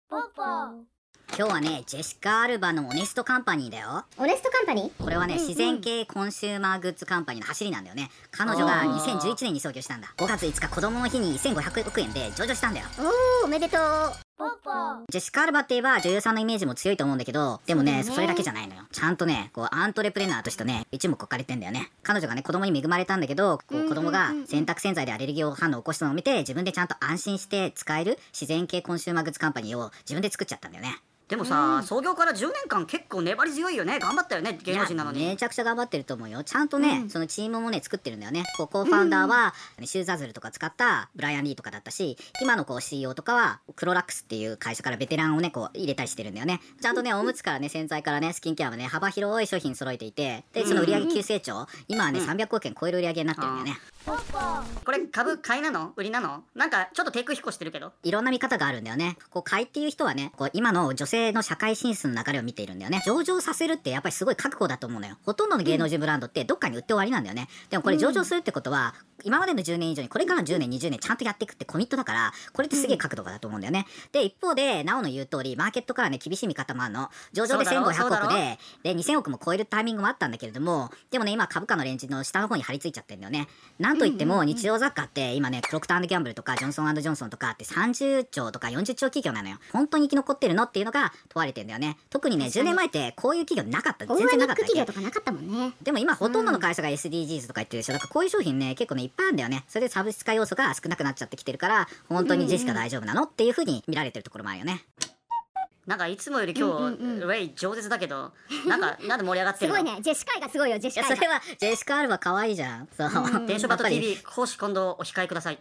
今日はね、ジェシカ・アルバのオネストカンパニーだよ。 オネストカンパニー？ これはね、自然系コンシューマーグッズカンパニーの走りなんだよね。彼女が2011年に創業したんだ。5月5日子供の日に1500億円で上場したんだよ。 おー、おめでとう。 ジェシカ・アルバって言えば女優さんのイメージも強いと思うんだけど、でもね、それだけじゃないのよ。ちゃんとね、アントレプレナーとしてね、一目置かれてんだよね。彼女がね、子供に恵まれたんだけど、子供が洗濯洗剤でアレルギー反応を起こしたのを見て、自分でちゃんと安心して使える自然系コンシューマーグッズカンパニーを自分で作っちゃったんだよね。 でもさ、創業から10年間結構粘り強いよね。頑張ったよね、芸能人なのに。 めちゃくちゃ頑張ってると思うよ。ちゃんとね、そのチームもね、作ってるんだよね。コーファウンダーは、シューザズルとか使ったブライアン・リーとかだったし、今のCEO とかは、クロラックスっていう会社からベテランをね、入れたりしてるんだよね。ちゃんとね、おむつからね、洗剤からね、スキンケアもね、幅広い商品揃えていて、で、その売上急成長、今はね、300億円超える売上になってるんだよね。 これ株買いなの売りなの？なんかちょっと低空飛行してるけど。 いろんな見方があるんだよね。買いっていう人はね、今の女性の社会進出の流れを見ているんだよね。上場させるってやっぱりすごい覚悟だと思うのよ。ほとんどの芸能人ブランドってどっかに売って終わりなんだよね。でもこれ上場するってことは、今までの10年以上にこれからの10年20年ちゃんとやっていくってコミットだから、これってすげえ角度だと思うんだよね。で、一方で、なおの言う通り、マーケットからね、厳しい見方もあるの。上場で1500億で、2000億も超えるタイミングもあったんだけれども、でもね、今株価のレンジの下の方に張り付いちゃってるんだよね。なんといっても、日常雑貨って今ね、プロクター&ギャンブルとか、ジョンソン&ジョンソンとかって30兆とか40兆企業なのよ。本当に生き残ってるのっていうのが問われてるんだよね。特にね、10年前ってこういう企業なかった。全然なかった。 オーガニック企業とかなかったもんね。 でも今ほとんどの会社が SDGs とか言ってるでしょ。だからこういう商品ね、結構ね、いっぱいあるんだよね。それで差別化要素が少なくなっちゃってきてるから、本当にジェシカ大丈夫なのっていう風に見られてるところもあるよね。 なんかいつもより今日、レイ饒舌だけど、なんで盛り上がってるの？ すごいね、ジェシカイがすごいよ、ジェシカイが。 それはジェシカ・アルバ可愛いじゃん。そう。 電書バト TV 講師今度お控えください。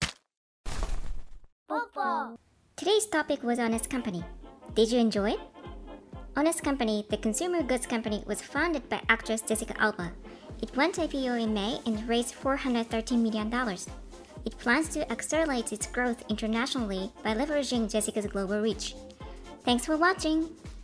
Today's topic was Honest Company. Did you enjoy it? Honest Company, the consumer goods company, was founded by actress Jessica Alba. It went IPO in May and raised $413 million. It plans to accelerate its growth internationally by leveraging Jessica's global reach. Thanks for watching!